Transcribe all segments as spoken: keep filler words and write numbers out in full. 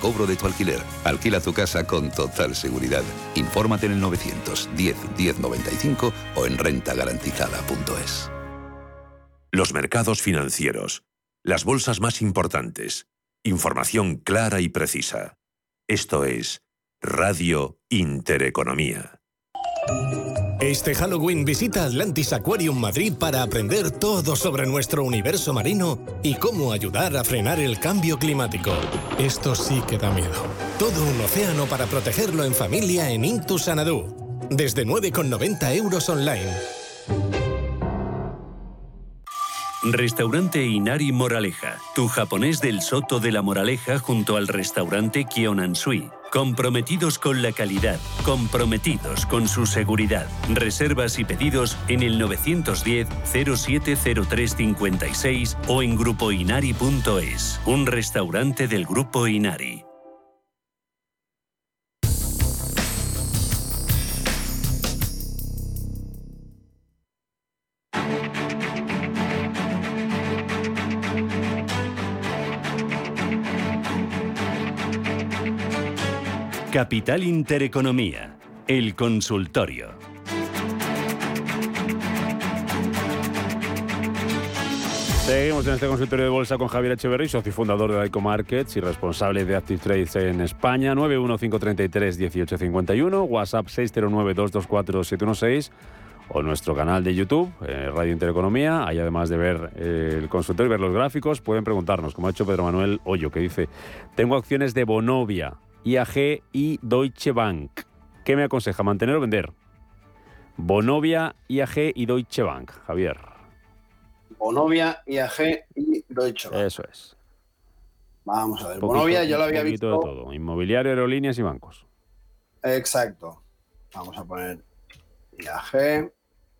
cobro de tu alquiler. Alquila tu casa con total seguridad. Infórmate en el novecientos diez diez noventa y cinco o en renta garantizada punto es. Los mercados financieros. Las bolsas más importantes. Información clara y precisa. Esto es Radio Intereconomía. Este Halloween visita Atlantis Aquarium Madrid para aprender todo sobre nuestro universo marino y cómo ayudar a frenar el cambio climático. Esto sí que da miedo. Todo un océano para protegerlo en familia en Into Xanadu. Desde nueve con noventa euros online. Restaurante Inari Moraleja, tu japonés del Soto de la Moraleja junto al restaurante Kyonansui. Comprometidos con la calidad, comprometidos con su seguridad. Reservas y pedidos en el novecientos diez cero siete cero tres cincuenta y seis o en grupo inari punto es. Un restaurante del Grupo Inari. Capital Intereconomía, el consultorio. Seguimos en este consultorio de bolsa con Javier Echeverry, socio fundador de Daico Markets y responsable de Active Trades en España. Nueve uno cinco tres tres uno ocho cinco uno, WhatsApp seis cero nueve dos dos cuatro siete uno seis o nuestro canal de YouTube, eh, Radio Intereconomía. Ahí, además de ver eh, el consultorio y ver los gráficos, pueden preguntarnos, como ha hecho Pedro Manuel Hoyo, que dice: tengo acciones de Vonovia, I A G y Deutsche Bank. ¿Qué me aconseja, mantener o vender? Vonovia, I A G y Deutsche Bank. Javier. Vonovia, I A G y Deutsche Bank. Eso es. Vamos a ver. Poquito, Vonovia yo lo había un poquito visto. de todo. Inmobiliario, aerolíneas y bancos. Exacto. Vamos a poner I A G.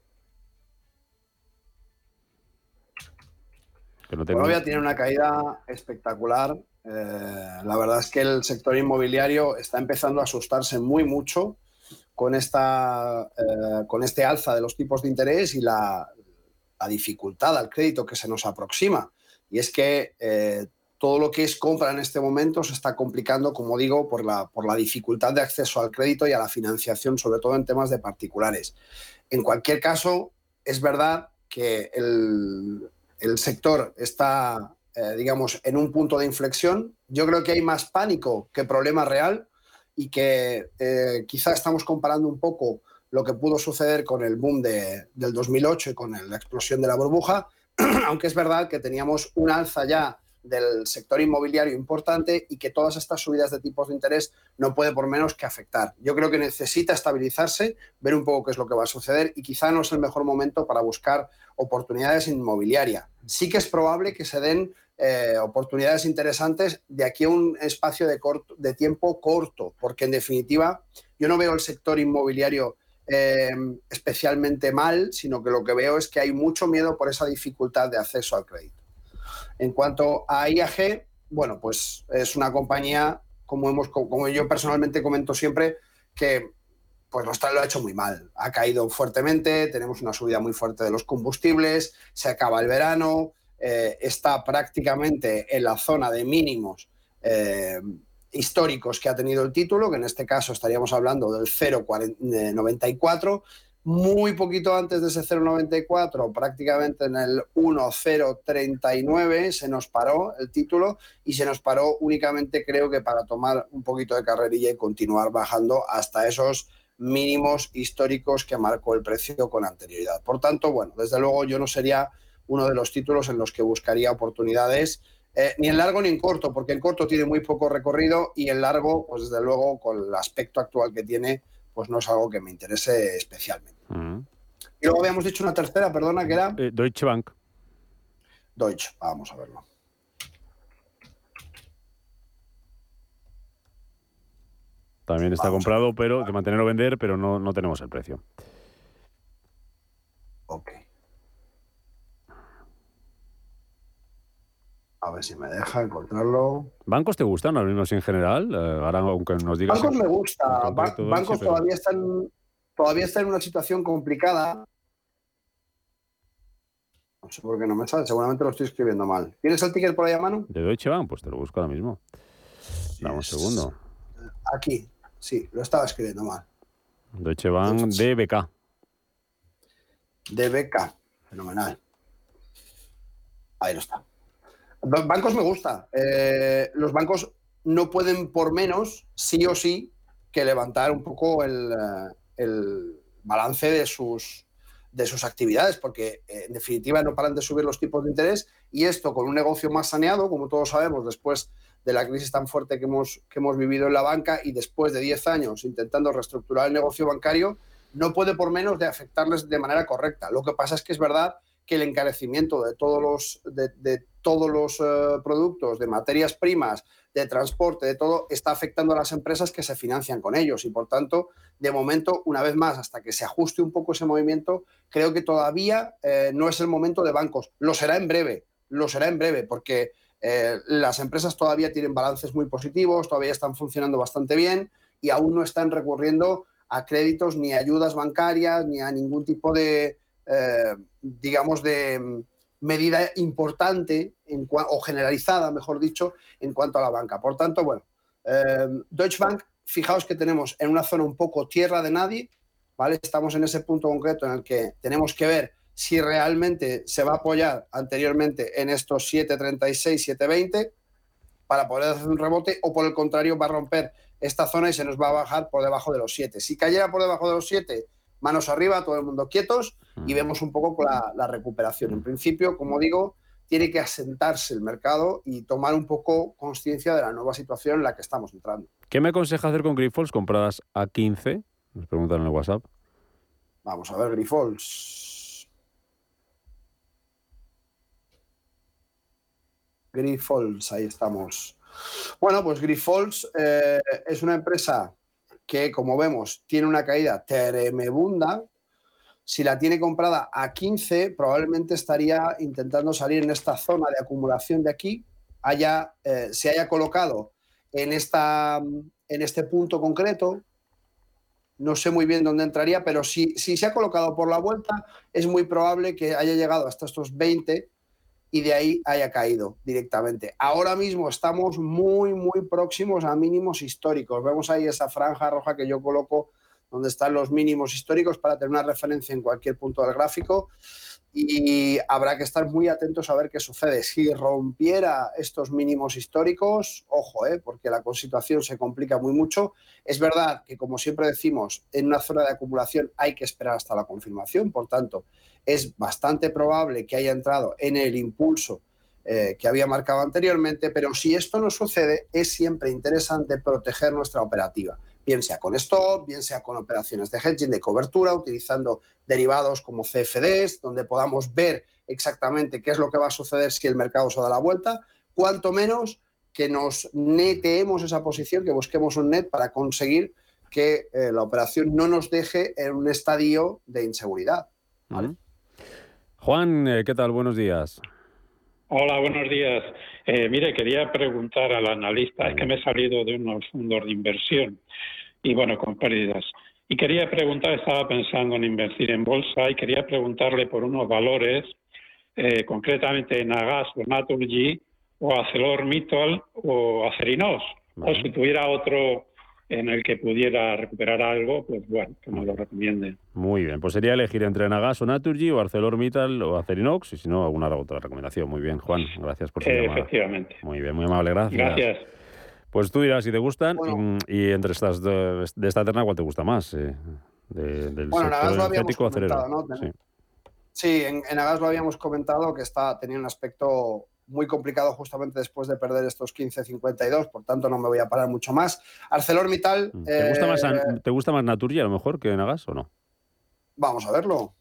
Que no tengo... Vonovia tiene una caída espectacular. Eh, la verdad es que el sector inmobiliario está empezando a asustarse muy mucho con esta eh, con este alza de los tipos de interés y la, la dificultad al crédito que se nos aproxima. Y es que eh, todo lo que es compra en este momento se está complicando, como digo, por la, por la dificultad de acceso al crédito y a la financiación, sobre todo en temas de particulares. En cualquier caso, es verdad que el, el sector está... Eh, digamos, en un punto de inflexión. Yo creo que hay más pánico que problema real y que eh, quizá estamos comparando un poco lo que pudo suceder con el boom de, del dos mil ocho y con el, la explosión de la burbuja, aunque es verdad que teníamos un alza ya del sector inmobiliario importante y que todas estas subidas de tipos de interés no puede por menos que afectar. Yo creo que necesita estabilizarse, ver un poco qué es lo que va a suceder y quizá no es el mejor momento para buscar oportunidades inmobiliarias. Sí que es probable que se den eh, oportunidades interesantes de aquí a un espacio de, corto, de tiempo corto, porque en definitiva yo no veo el sector inmobiliario eh, especialmente mal, sino que lo que veo es que hay mucho miedo por esa dificultad de acceso al crédito. En cuanto a I A G, bueno, pues es una compañía, como, hemos, como yo personalmente comento siempre, que pues lo, está, lo ha hecho muy mal. Ha caído fuertemente, tenemos una subida muy fuerte de los combustibles, se acaba el verano, eh, está prácticamente en la zona de mínimos eh, históricos que ha tenido el título, que en este caso estaríamos hablando del cero coma noventa y cuatro. Muy poquito antes de ese cero coma noventa y cuatro, prácticamente en el uno coma cero treinta y nueve, se nos paró el título y se nos paró únicamente, creo que para tomar un poquito de carrerilla y continuar bajando hasta esos mínimos históricos que marcó el precio con anterioridad. Por tanto, bueno, desde luego yo no sería uno de los títulos en los que buscaría oportunidades, eh, ni en largo ni en corto, porque en corto tiene muy poco recorrido y en largo, pues desde luego, con el aspecto actual que tiene, pues no es algo que me interese especialmente. Uh-huh. Y luego habíamos dicho una tercera, perdona, que era... Eh, Deutsche Bank. Deutsche, vamos a verlo. También está vamos comprado, pero de mantener o vender, pero no, no tenemos el precio. Ok. A ver si me deja encontrarlo. ¿Bancos te gustan, al menos en general? Uh, ahora, aunque nos digas... Bancos en, me gusta. Ba- Deutsche, bancos pero... todavía están, todavía están en una situación complicada. No sé por qué no me sale. Seguramente lo estoy escribiendo mal. ¿Tienes el ticket por ahí a mano? ¿De Deutsche Bank? Pues te lo busco ahora mismo. Dame un segundo. Aquí, sí, lo estaba escribiendo mal. Deutsche Bank D B K. D B K, fenomenal. Ahí lo está. Los bancos me gusta. Eh, los bancos no pueden por menos, sí o sí, que levantar un poco el, el balance de sus, de sus actividades, porque eh, en definitiva no paran de subir los tipos de interés, y esto con un negocio más saneado, como todos sabemos, después de la crisis tan fuerte que hemos, que hemos vivido en la banca y después de diez años intentando reestructurar el negocio bancario, no puede por menos de afectarles de manera correcta. Lo que pasa es que es verdad que el encarecimiento de todos los, de, de todos los uh, productos, de materias primas, de transporte, de todo, está afectando a las empresas que se financian con ellos. Y, por tanto, de momento, una vez más, hasta que se ajuste un poco ese movimiento, creo que todavía eh, no es el momento de bancos. Lo será en breve, lo será en breve, porque eh, las empresas todavía tienen balances muy positivos, todavía están funcionando bastante bien y aún no están recurriendo a créditos ni a ayudas bancarias ni a ningún tipo de, eh, digamos, de medida importante en o generalizada, mejor dicho, en cuanto a la banca. Por tanto, bueno, eh, Deutsche Bank, fijaos que tenemos en una zona un poco tierra de nadie, ¿vale? Estamos en ese punto concreto en el que tenemos que ver si realmente se va a apoyar anteriormente en estos siete treinta y seis, siete veinte para poder hacer un rebote, o por el contrario va a romper esta zona y se nos va a bajar por debajo de los siete. Si cayera por debajo de los siete, manos arriba, todo el mundo quietos y vemos un poco con la, la recuperación. En principio, como digo, tiene que asentarse el mercado y tomar un poco conciencia de la nueva situación en la que estamos entrando. ¿Qué me aconseja hacer con Grifols compradas a quince? Nos preguntan en el WhatsApp. Vamos a ver, Grifols. Grifols, ahí estamos. Bueno, pues Grifols eh, es una empresa que, como vemos, tiene una caída tremenda. Si la tiene comprada a quince, probablemente estaría intentando salir en esta zona de acumulación de aquí, haya, eh, se haya colocado en, esta, en este punto concreto. No sé muy bien dónde entraría, pero si, si se ha colocado por la vuelta, es muy probable que haya llegado hasta estos veinte y de ahí haya caído directamente. Ahora mismo estamos muy, muy próximos a mínimos históricos. Vemos ahí esa franja roja que yo coloco donde están los mínimos históricos para tener una referencia en cualquier punto del gráfico, y habrá que estar muy atentos a ver qué sucede. Si rompiera estos mínimos históricos, ojo, eh, porque la situación se complica muy mucho. Es verdad que, como siempre decimos, en una zona de acumulación hay que esperar hasta la confirmación, por tanto, es bastante probable que haya entrado en el impulso eh, que había marcado anteriormente, pero si esto no sucede, es siempre interesante proteger nuestra operativa, bien sea con stop, bien sea con operaciones de hedging, de cobertura, utilizando derivados como C F Ds, donde podamos ver exactamente qué es lo que va a suceder si el mercado se da la vuelta, cuanto menos que nos neteemos esa posición, que busquemos un net para conseguir que eh, la operación no nos deje en un estadio de inseguridad. ¿Vale? Uh-huh. Juan, ¿qué tal? Buenos días. Hola, buenos días. Eh, mire, quería preguntar al analista, es que me he salido de unos fondos de inversión y bueno, con pérdidas. Y quería preguntar, estaba pensando en invertir en bolsa y quería preguntarle por unos valores, eh, concretamente en Agas o Naturgy o ArcelorMittal o Acerinox. Vale. O si tuviera otro en el que pudiera recuperar algo, pues bueno, que me lo recomienden. Muy bien, pues sería elegir entre Nagas o Naturgy o ArcelorMittal o Acerinox, y si no, alguna otra recomendación. Muy bien, Juan, gracias por su eh, llamada. Efectivamente. Muy bien, muy amable, gracias. Gracias. Pues tú dirás si te gustan, bueno, y, y entre estas de, de esta terna, ¿cuál te gusta más? Eh, de, del bueno, sector lo habíamos energético acerero. ¿No? Sí, sí en, en Agas lo habíamos comentado, que está, tenía un aspecto muy complicado justamente después de perder estos quince cincuenta y dos, por tanto no me voy a parar mucho más. ArcelorMittal... ¿Te, eh, gusta más, ¿Te gusta más Naturgy a lo mejor que Nagas o no? Vamos a verlo.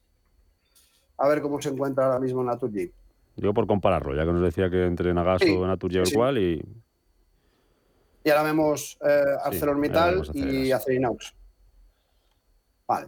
A ver cómo se encuentra ahora mismo Naturgy. Digo por compararlo, ya que nos decía que entre Nagas sí, o Naturgy sí, o el sí. cual y... Y ahora vemos eh, ArcelorMittal sí, y Acerinox. Vale.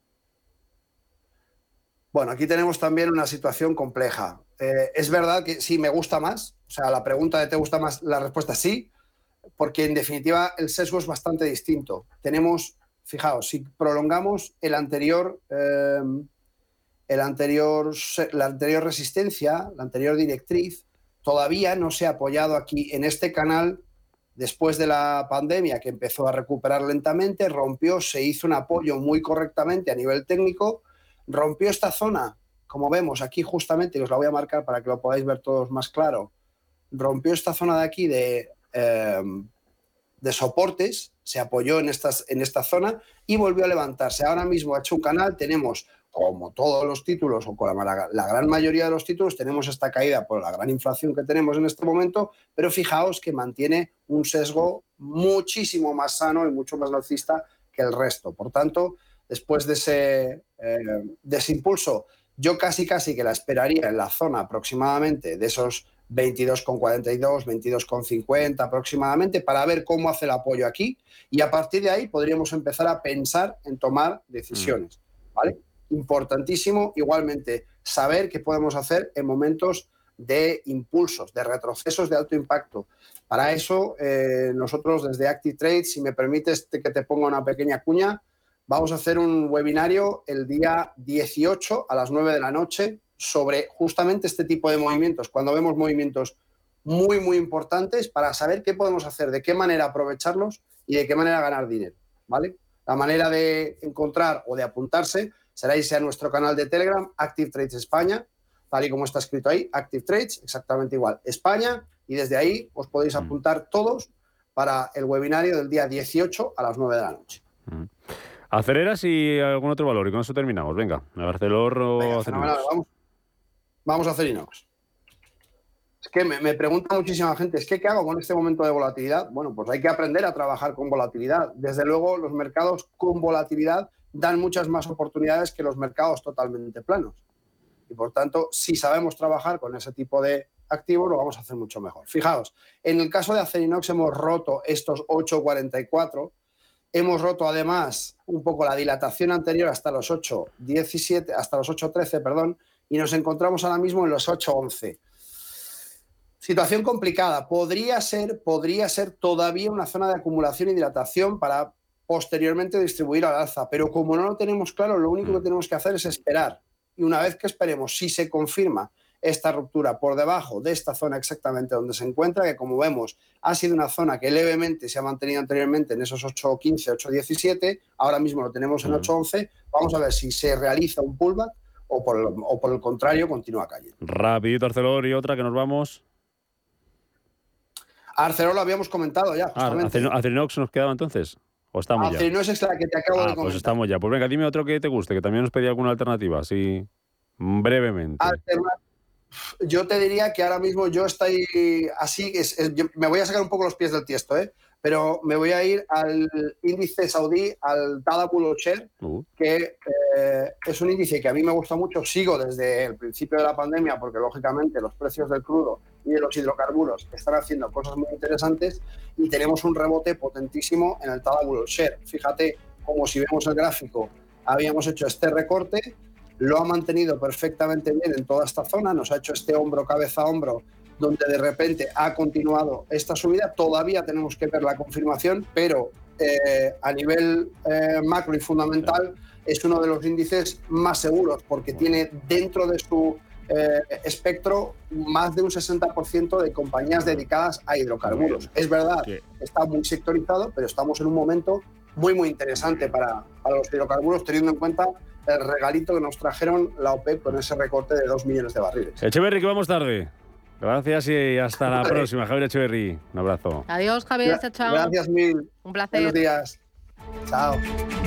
Bueno, aquí tenemos también una situación compleja. Eh, es verdad que sí, me gusta más. O sea, la pregunta de ¿te gusta más? La respuesta es sí, porque en definitiva el sesgo es bastante distinto. Tenemos, fijaos, si prolongamos el anterior, eh, el anterior, la anterior resistencia, la anterior directriz, todavía no se ha apoyado aquí en este canal después de la pandemia, que empezó a recuperar lentamente, rompió, se hizo un apoyo muy correctamente a nivel técnico, rompió esta zona, como vemos aquí justamente, y os la voy a marcar para que lo podáis ver todos más claro, rompió esta zona de aquí de, eh, de soportes, se apoyó en, estas, en esta zona y volvió a levantarse. Ahora mismo ha hecho un canal, tenemos, como todos los títulos, o con la, la gran mayoría de los títulos, tenemos esta caída por la gran inflación que tenemos en este momento, pero fijaos que mantiene un sesgo muchísimo más sano y mucho más alcista que el resto. Por tanto, después de ese, eh, de ese impulso, yo casi casi que la esperaría en la zona aproximadamente de esos veintidós con cuarenta y dos, veintidós con cincuenta aproximadamente, para ver cómo hace el apoyo aquí, y a partir de ahí podríamos empezar a pensar en tomar decisiones, ¿vale? Importantísimo igualmente saber qué podemos hacer en momentos de impulsos, de retrocesos de alto impacto. Para eso, eh, nosotros desde Active Trade, si me permites que te ponga una pequeña cuña, vamos a hacer un webinario el día dieciocho a las nueve de la noche sobre justamente este tipo de movimientos, cuando vemos movimientos muy, muy importantes, para saber qué podemos hacer, de qué manera aprovecharlos y de qué manera ganar dinero, ¿vale? La manera de encontrar o de apuntarse será irse a nuestro canal de Telegram, Active Trades España, tal y como está escrito ahí, Active Trades, exactamente igual, España, y desde ahí os podéis apuntar todos para el webinario del día dieciocho a las nueve de la noche. Mm. Aceleras y algún otro valor, y con eso terminamos. Venga, Arcelor o Venga, Acerinox. Vamos, vamos a Acerinox. Es que me, me pregunta muchísima gente, ¿es que qué hago con este momento de volatilidad? Bueno, pues hay que aprender a trabajar con volatilidad. Desde luego, los mercados con volatilidad dan muchas más oportunidades que los mercados totalmente planos. Y por tanto, si sabemos trabajar con ese tipo de activos, lo vamos a hacer mucho mejor. Fijaos, en el caso de Acerinox hemos roto estos ocho cuarenta y cuatro. Hemos roto además un poco la dilatación anterior hasta los ocho diecisiete, hasta los ocho trece, perdón, y nos encontramos ahora mismo en los ocho once. Situación complicada. Podría ser, podría ser todavía una zona de acumulación y dilatación para posteriormente distribuir al alza, pero como no lo tenemos claro, lo único que tenemos que hacer es esperar. Y una vez que esperemos, si se confirma esta ruptura por debajo de esta zona exactamente donde se encuentra, que como vemos ha sido una zona que levemente se ha mantenido anteriormente en esos ocho quince, ocho diecisiete, ahora mismo lo tenemos en ocho once, vamos a ver si se realiza un pullback o por el, o por el contrario continúa cayendo. Rapidito Arcelor y otra que nos vamos. Arcelor lo habíamos comentado ya, justamente. Ah, Acerinox nos quedaba entonces. ¿O estamos ya? Acerinox es la que te acabo ah, de comentar. Pues estamos ya. Pues venga, dime otro que te guste, que también nos pedí alguna alternativa, así brevemente. Alternativa. Yo te diría que ahora mismo yo estoy así, es, es, yo me voy a sacar un poco los pies del tiesto, ¿eh? Pero me voy a ir al índice saudí, al Tadawul All-Share, uh. que eh, es un índice que a mí me gusta mucho, sigo desde el principio de la pandemia, porque lógicamente los precios del crudo y de los hidrocarburos están haciendo cosas muy interesantes y tenemos un rebote potentísimo en el Tadawul All-Share. Fíjate como si vemos el gráfico, habíamos hecho este recorte, lo ha mantenido perfectamente bien en toda esta zona, nos ha hecho este hombro, cabeza a hombro, donde de repente ha continuado esta subida. Todavía tenemos que ver la confirmación, pero eh, a nivel eh, macro y fundamental es uno de los índices más seguros, porque tiene dentro de su eh, espectro más de un sesenta por ciento de compañías dedicadas a hidrocarburos. Es verdad, está muy sectorizado, pero estamos en un momento muy, muy interesante para, para los hidrocarburos, teniendo en cuenta el regalito que nos trajeron la OPEP con ese recorte de dos millones de barriles. Echeverri, que vamos tarde. Gracias y hasta la próxima. Javier Echeverri, un abrazo. Adiós, Javier. Chao, chao. Gracias mil. Un placer. Buenos días. Chao.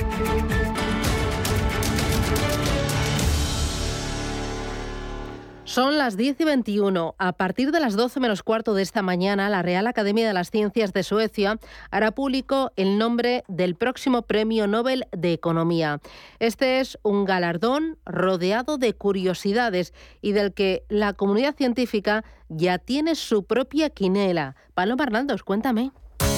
Son las diez y veintiuno. A partir de las doce menos cuarto de esta mañana, la Real Academia de las Ciencias de Suecia hará público el nombre del próximo Premio Nobel de Economía. Este es un galardón rodeado de curiosidades y del que la comunidad científica ya tiene su propia quinela. Paloma Hernández, cuéntame.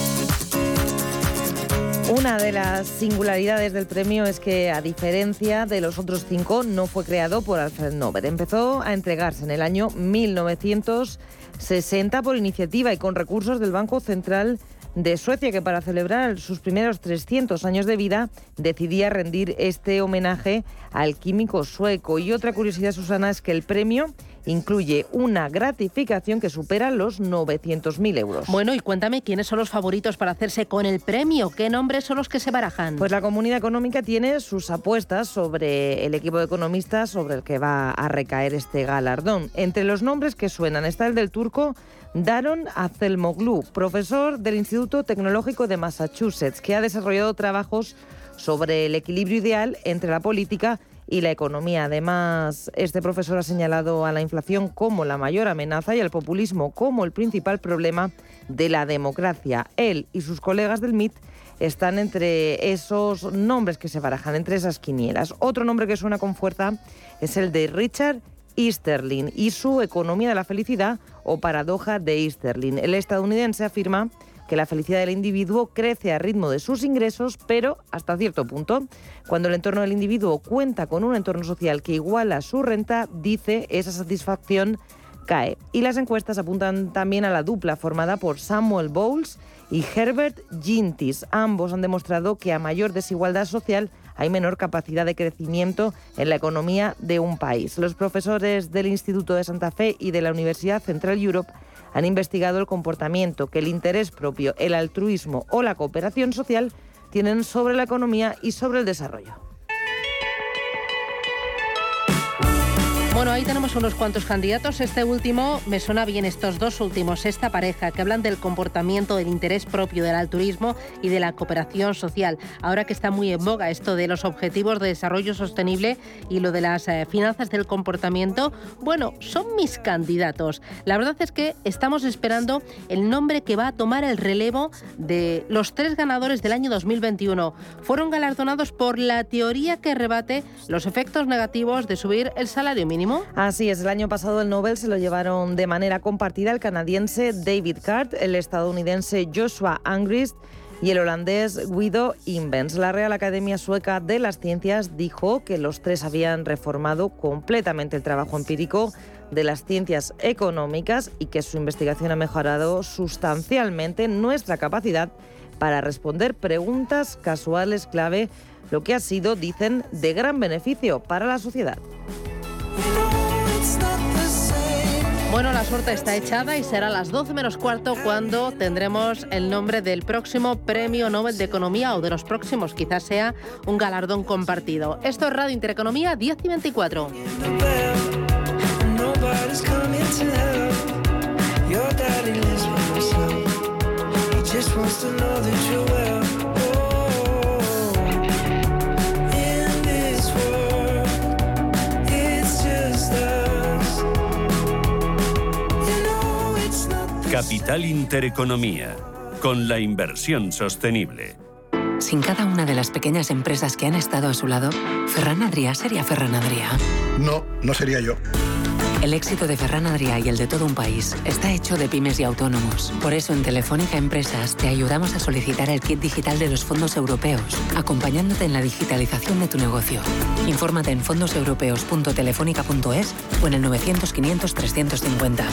Una de las singularidades del premio es que, a diferencia de los otros cinco, no fue creado por Alfred Nobel. Empezó a entregarse en el año mil novecientos sesenta por iniciativa y con recursos del Banco Central de Suecia, que para celebrar sus primeros trescientos años de vida decidía rendir este homenaje al químico sueco. Y otra curiosidad, Susana, es que el premio incluye una gratificación que supera los novecientos mil euros. Bueno, y cuéntame quiénes son los favoritos para hacerse con el premio. ¿Qué nombres son los que se barajan? Pues la Comunidad Económica tiene sus apuestas sobre el equipo de economistas sobre el que va a recaer este galardón. Entre los nombres que suenan está el del turco Daron Acemoglu, profesor del Instituto Tecnológico de Massachusetts, que ha desarrollado trabajos sobre el equilibrio ideal entre la política y la economía. Además, este profesor ha señalado a la inflación como la mayor amenaza y al populismo como el principal problema de la democracia. Él y sus colegas del M I T están entre esos nombres que se barajan, entre esas quinielas. Otro nombre que suena con fuerza es el de Richard Easterling y su Economía de la Felicidad o Paradoja de Easterling. El estadounidense afirma que la felicidad del individuo crece a ritmo de sus ingresos, pero hasta cierto punto. Cuando el entorno del individuo cuenta con un entorno social que iguala su renta, dice, esa satisfacción cae. Y las encuestas apuntan también a la dupla formada por Samuel Bowles y Herbert Gintis. Ambos han demostrado que a mayor desigualdad social hay menor capacidad de crecimiento en la economía de un país. Los profesores del Instituto de Santa Fe y de la Universidad Central Europe han investigado el comportamiento que el interés propio, el altruismo o la cooperación social tienen sobre la economía y sobre el desarrollo. Bueno, ahí tenemos unos cuantos candidatos. Este último, me suena bien estos dos últimos, esta pareja, que hablan del comportamiento, del interés propio, del altruismo y de la cooperación social. Ahora que está muy en boga esto de los objetivos de desarrollo sostenible y lo de las eh, finanzas del comportamiento, bueno, son mis candidatos. La verdad es que estamos esperando el nombre que va a tomar el relevo de los tres ganadores del año dos mil veintiuno. Fueron galardonados por la teoría que rebate los efectos negativos de subir el salario mínimo. Así es, el año pasado el Nobel se lo llevaron de manera compartida el canadiense David Card, el estadounidense Joshua Angrist y el holandés Guido Imbens. La Real Academia Sueca de las Ciencias dijo que los tres habían reformado completamente el trabajo empírico de las ciencias económicas y que su investigación ha mejorado sustancialmente nuestra capacidad para responder preguntas casuales clave, lo que ha sido, dicen, de gran beneficio para la sociedad. Bueno, la suerte está echada y será a las doce menos cuarto cuando tendremos el nombre del próximo Premio Nobel de Economía o de los próximos, quizás sea un galardón compartido. Esto es Radio Intereconomía diez y veinticuatro. Capital Intereconomía, con la inversión sostenible. Sin cada una de las pequeñas empresas que han estado a su lado, Ferran Adrià sería Ferran Adrià. No, no sería yo. El éxito de Ferran Adrià y el de todo un país está hecho de pymes y autónomos. Por eso en Telefónica Empresas te ayudamos a solicitar el kit digital de los fondos europeos, acompañándote en la digitalización de tu negocio. Infórmate en fondos europeos punto telefónica punto es o en el novecientos quinientos trescientos cincuenta.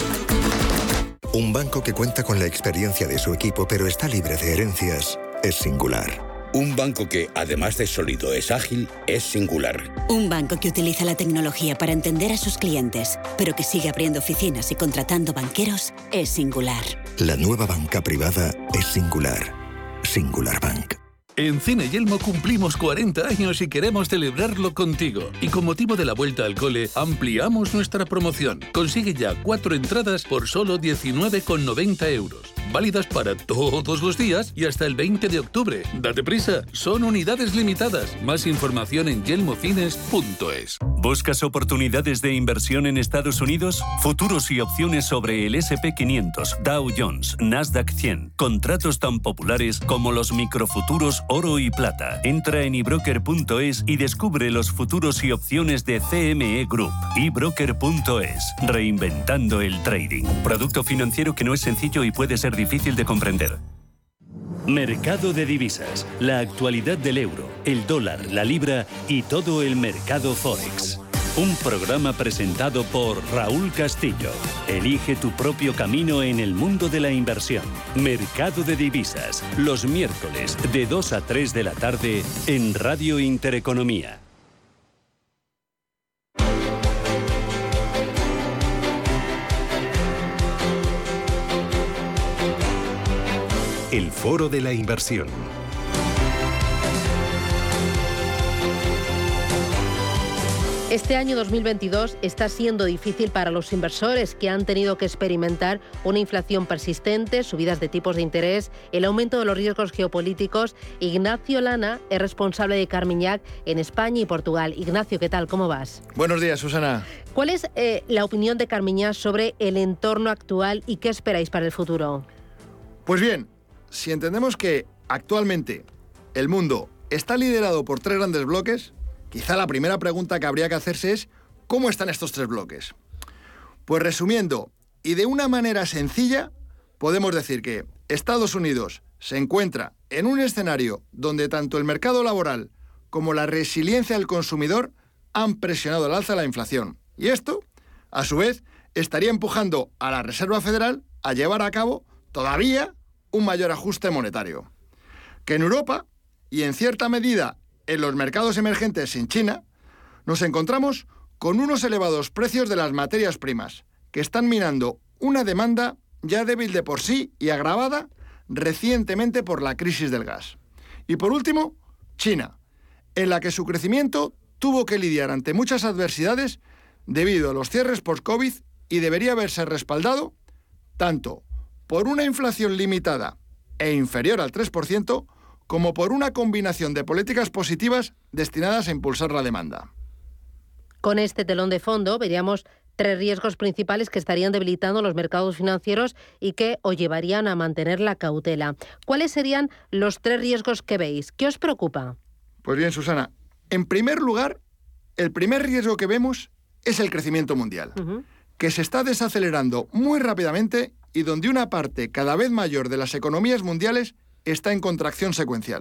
Un banco que cuenta con la experiencia de su equipo pero está libre de herencias es Singular. Un banco que, además de sólido, es ágil, es Singular. Un banco que utiliza la tecnología para entender a sus clientes, pero que sigue abriendo oficinas y contratando banqueros, es Singular. La nueva banca privada es Singular. Singular Bank. En Cine Yelmo cumplimos cuarenta años y queremos celebrarlo contigo. Y con motivo de la vuelta al cole, ampliamos nuestra promoción. Consigue ya cuatro entradas por solo diecinueve con noventa euros. Válidas para todos los días y hasta el veinte de octubre. Date prisa, son unidades limitadas. Más información en yelmocines punto es. ¿Buscas oportunidades de inversión en Estados Unidos? Futuros y opciones sobre el ese and pe quinientos, Dow Jones, Nasdaq cien. Contratos tan populares como los microfuturos oro y plata. Entra en i broker punto es y descubre los futuros y opciones de ce eme e Group. i broker punto es. Reinventando el trading. Producto financiero que no es sencillo y puede ser difícil de comprender. Mercado de divisas. La actualidad del euro, el dólar, la libra y todo el mercado Forex. Un programa presentado por Raúl Castillo. Elige tu propio camino en el mundo de la inversión. Mercado de divisas. Los miércoles de dos a tres de la tarde en Radio Intereconomía. el Foro de la Inversión. Este año dos mil veintidós está siendo difícil para los inversores que han tenido que experimentar una inflación persistente, subidas de tipos de interés, el aumento de los riesgos geopolíticos. Ignacio Lana es responsable de Carmignac en España y Portugal. Ignacio, ¿qué tal? ¿Cómo vas? Buenos días, Susana. ¿Cuál es eh, la opinión de Carmignac sobre el entorno actual y qué esperáis para el futuro? Pues bien, si entendemos que actualmente el mundo está liderado por tres grandes bloques, quizá la primera pregunta que habría que hacerse es ¿cómo están estos tres bloques? Pues resumiendo, y de una manera sencilla, podemos decir que Estados Unidos se encuentra en un escenario donde tanto el mercado laboral como la resiliencia del consumidor han presionado al alza la inflación. Y esto, a su vez, estaría empujando a la Reserva Federal a llevar a cabo todavía un mayor ajuste monetario. Que en Europa, y en cierta medida en los mercados emergentes en China, nos encontramos con unos elevados precios de las materias primas, que están minando una demanda ya débil de por sí y agravada recientemente por la crisis del gas. Y por último, China, en la que su crecimiento tuvo que lidiar ante muchas adversidades debido a los cierres post-COVID y debería haberse respaldado tanto por una inflación limitada e inferior al tres por ciento, como por una combinación de políticas positivas destinadas a impulsar la demanda. Con este telón de fondo veríamos tres riesgos principales que estarían debilitando los mercados financieros y que os llevarían a mantener la cautela. ¿Cuáles serían los tres riesgos que veis? ¿Qué os preocupa? Pues bien, Susana, en primer lugar, el primer riesgo que vemos es el crecimiento mundial, uh-huh. que se está desacelerando muy rápidamente y donde una parte cada vez mayor de las economías mundiales está en contracción secuencial.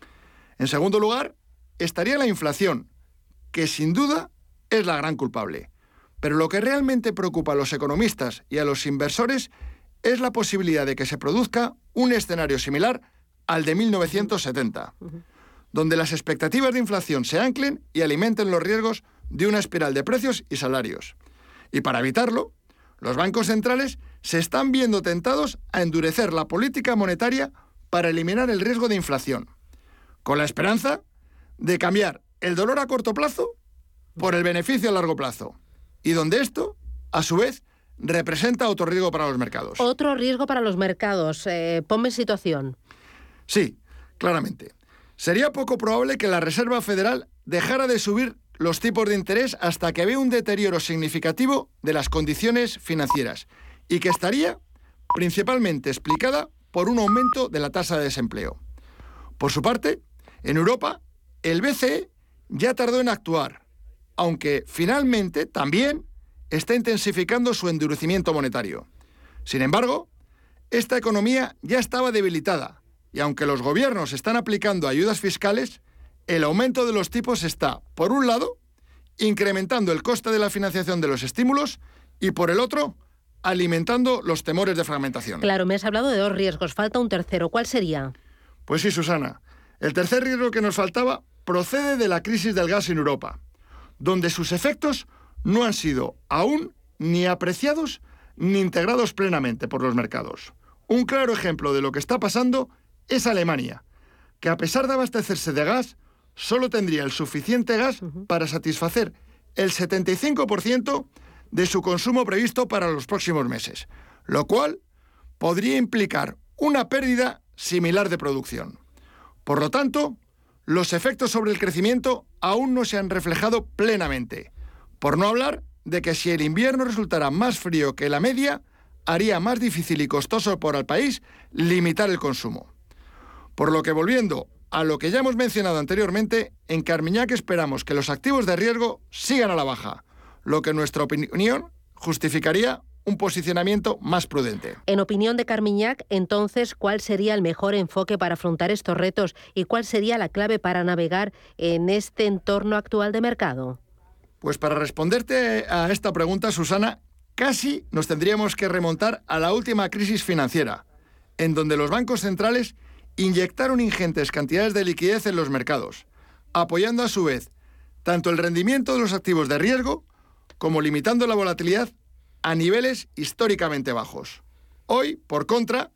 En segundo lugar, estaría la inflación, que sin duda es la gran culpable. Pero lo que realmente preocupa a los economistas y a los inversores es la posibilidad de que se produzca un escenario similar al de mil novecientos setenta, uh-huh. donde las expectativas de inflación se anclen y alimenten los riesgos de una espiral de precios y salarios. Y para evitarlo, los bancos centrales se están viendo tentados a endurecer la política monetaria para eliminar el riesgo de inflación, con la esperanza de cambiar el dolor a corto plazo por el beneficio a largo plazo, y donde esto, a su vez, representa otro riesgo para los mercados. Otro riesgo para los mercados. Eh, ponme en situación. Sí, claramente. Sería poco probable que la Reserva Federal dejara de subir los tipos de interés hasta que vea un deterioro significativo de las condiciones financieras y que estaría principalmente explicada por un aumento de la tasa de desempleo. Por su parte, en Europa, el B C E ya tardó en actuar, aunque finalmente también está intensificando su endurecimiento monetario. Sin embargo, esta economía ya estaba debilitada y aunque los gobiernos están aplicando ayudas fiscales, el aumento de los tipos está, por un lado, incrementando el coste de la financiación de los estímulos y, por el otro, alimentando los temores de fragmentación. Claro, me has hablado de dos riesgos, falta un tercero. ¿Cuál sería? Pues sí, Susana. El tercer riesgo que nos faltaba procede de la crisis del gas en Europa, donde sus efectos no han sido aún ni apreciados ni integrados plenamente por los mercados. Un claro ejemplo de lo que está pasando es Alemania, que a pesar de abastecerse de gas, solo tendría el suficiente gas uh-huh. para satisfacer el setenta y cinco por ciento de su consumo previsto para los próximos meses, lo cual podría implicar una pérdida similar de producción. Por lo tanto, los efectos sobre el crecimiento aún no se han reflejado plenamente, por no hablar de que si el invierno resultara más frío que la media, haría más difícil y costoso para el país limitar el consumo. Por lo que, volviendo a lo que ya hemos mencionado anteriormente, en Carmignac esperamos que los activos de riesgo sigan a la baja, lo que en nuestra opinión justificaría un posicionamiento más prudente. En opinión de Carmignac, entonces, ¿cuál sería el mejor enfoque para afrontar estos retos y cuál sería la clave para navegar en este entorno actual de mercado? Pues para responderte a esta pregunta, Susana, casi nos tendríamos que remontar a la última crisis financiera, en donde los bancos centrales inyectaron ingentes cantidades de liquidez en los mercados, apoyando a su vez tanto el rendimiento de los activos de riesgo como limitando la volatilidad a niveles históricamente bajos. Hoy, por contra,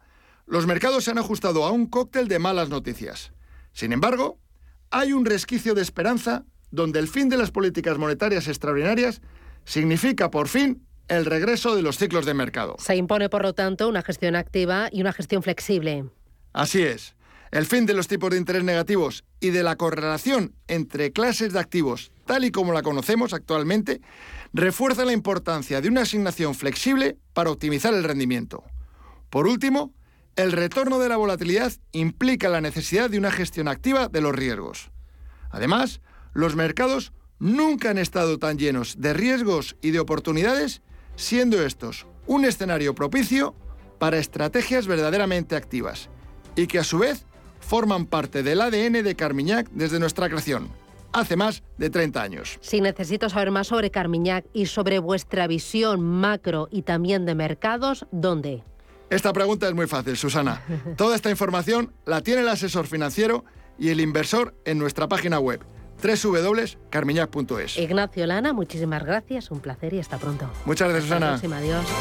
los mercados se han ajustado a un cóctel de malas noticias. Sin embargo, hay un resquicio de esperanza donde el fin de las políticas monetarias extraordinarias significa, por fin, el regreso de los ciclos de mercado. Se impone, por lo tanto, una gestión activa y una gestión flexible. Así es. El fin de los tipos de interés negativos y de la correlación entre clases de activos, tal y como la conocemos actualmente, refuerza la importancia de una asignación flexible para optimizar el rendimiento. Por último, el retorno de la volatilidad implica la necesidad de una gestión activa de los riesgos. Además, los mercados nunca han estado tan llenos de riesgos y de oportunidades, siendo estos un escenario propicio para estrategias verdaderamente activas y que a su vez forman parte del A D N de Carmignac desde nuestra creación, hace más de treinta años. Si necesito saber más sobre Carmignac y sobre vuestra visión macro y también de mercados, ¿dónde? Esta pregunta es muy fácil, Susana. Toda esta información la tiene el asesor financiero y el inversor en nuestra página web, doble u doble u doble u punto carmignac punto es. Ignacio Lana, muchísimas gracias, un placer y hasta pronto. Muchas gracias, Susana. Hasta la próxima, adiós.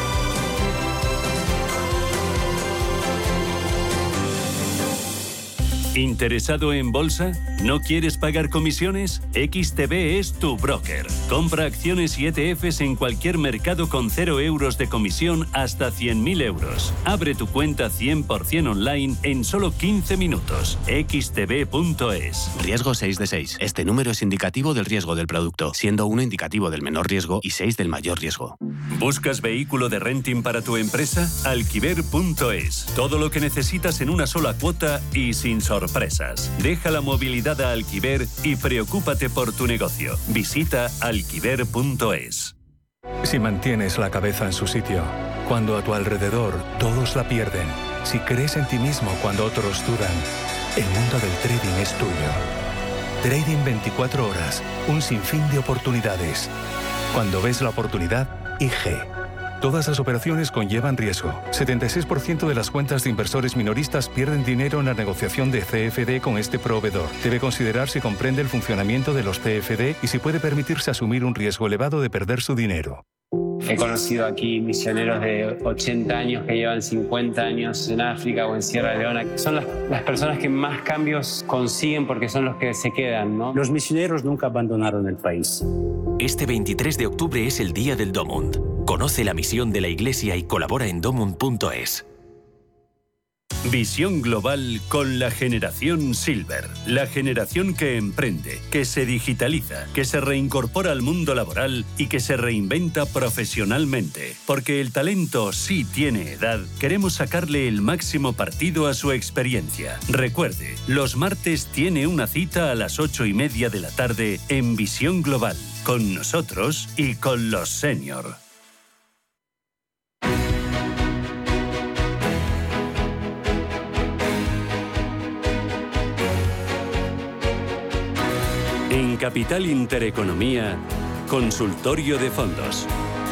¿Interesado en bolsa? ¿No quieres pagar comisiones? X T B es tu broker. Compra acciones y E T Fs en cualquier mercado con cero euros de comisión hasta cien mil euros. Abre tu cuenta cien por ciento online en solo quince minutos. X T B punto es. Riesgo seis de seis. Este número es indicativo del riesgo del producto, siendo uno indicativo del menor riesgo y seis del mayor riesgo. ¿Buscas vehículo de renting para tu empresa? Alquiver punto es. Todo lo que necesitas en una sola cuota y sin sorpresas. Deja la movilidad a Alquiver y preocúpate por tu negocio. Visita alquiver punto es. Si mantienes la cabeza en su sitio, cuando a tu alrededor todos la pierden, si crees en ti mismo cuando otros dudan, el mundo del trading es tuyo. Trading veinticuatro horas, un sinfín de oportunidades. Cuando ves la oportunidad, I G. Todas las operaciones conllevan riesgo. setenta y seis por ciento de las cuentas de inversores minoristas pierden dinero en la negociación de C F D con este proveedor. Debe considerar si comprende el funcionamiento de los C F D y si puede permitirse asumir un riesgo elevado de perder su dinero. He conocido aquí misioneros de ochenta años que llevan cincuenta años en África o en Sierra Leona. Son las, las personas que más cambios consiguen porque son los que se quedan, ¿no? Los misioneros nunca abandonaron el país. Este veintitrés de octubre es el Día del Domund. Conoce la misión de la Iglesia y colabora en domund punto es. Visión global con la generación Silver. La generación que emprende, que se digitaliza, que se reincorpora al mundo laboral y que se reinventa profesionalmente. Porque el talento sí tiene edad, queremos sacarle el máximo partido a su experiencia. Recuerde, los martes tiene una cita a las ocho y media de la tarde en Visión Global, con nosotros y con los senior. En Capital Intereconomía, consultorio de fondos.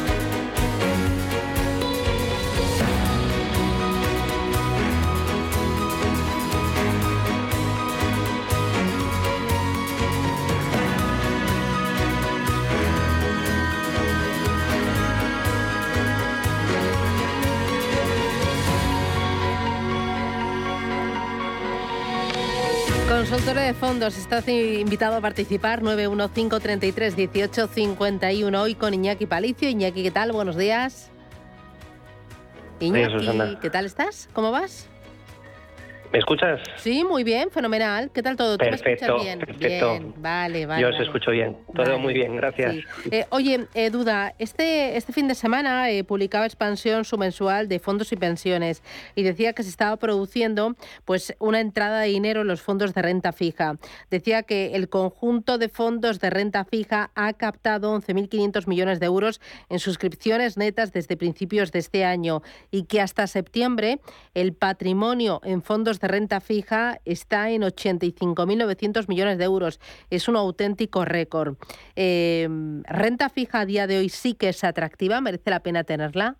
Consultorio de fondos, estás invitado a participar. Nueve uno cinco, treinta y tres, dieciocho, cincuenta y uno. Hoy con Iñaki Palicio. Iñaki, ¿qué tal? Buenos días. Iñaki, Susana. ¿qué tal estás? ¿Cómo vas? ¿Me escuchas? Sí, muy bien, fenomenal. ¿Qué tal todo? ¿Tú Perfecto, me escuchas bien? perfecto. Bien, vale, vale. Yo vale. os escucho bien. Todo Vale. muy bien, gracias. Sí. Eh, oye, eh, Duda, este, este fin de semana eh, publicaba Expansión su mensual de fondos y pensiones y decía que se estaba produciendo pues una entrada de dinero en los fondos de renta fija. Decía que el conjunto de fondos de renta fija ha captado once mil quinientos millones de euros en suscripciones netas desde principios de este año y que hasta septiembre el patrimonio en fondos de renta fija está en ochenta y cinco mil novecientos millones de euros. Es un auténtico récord. Eh, ¿Renta fija a día de hoy sí que es atractiva? ¿Merece la pena tenerla?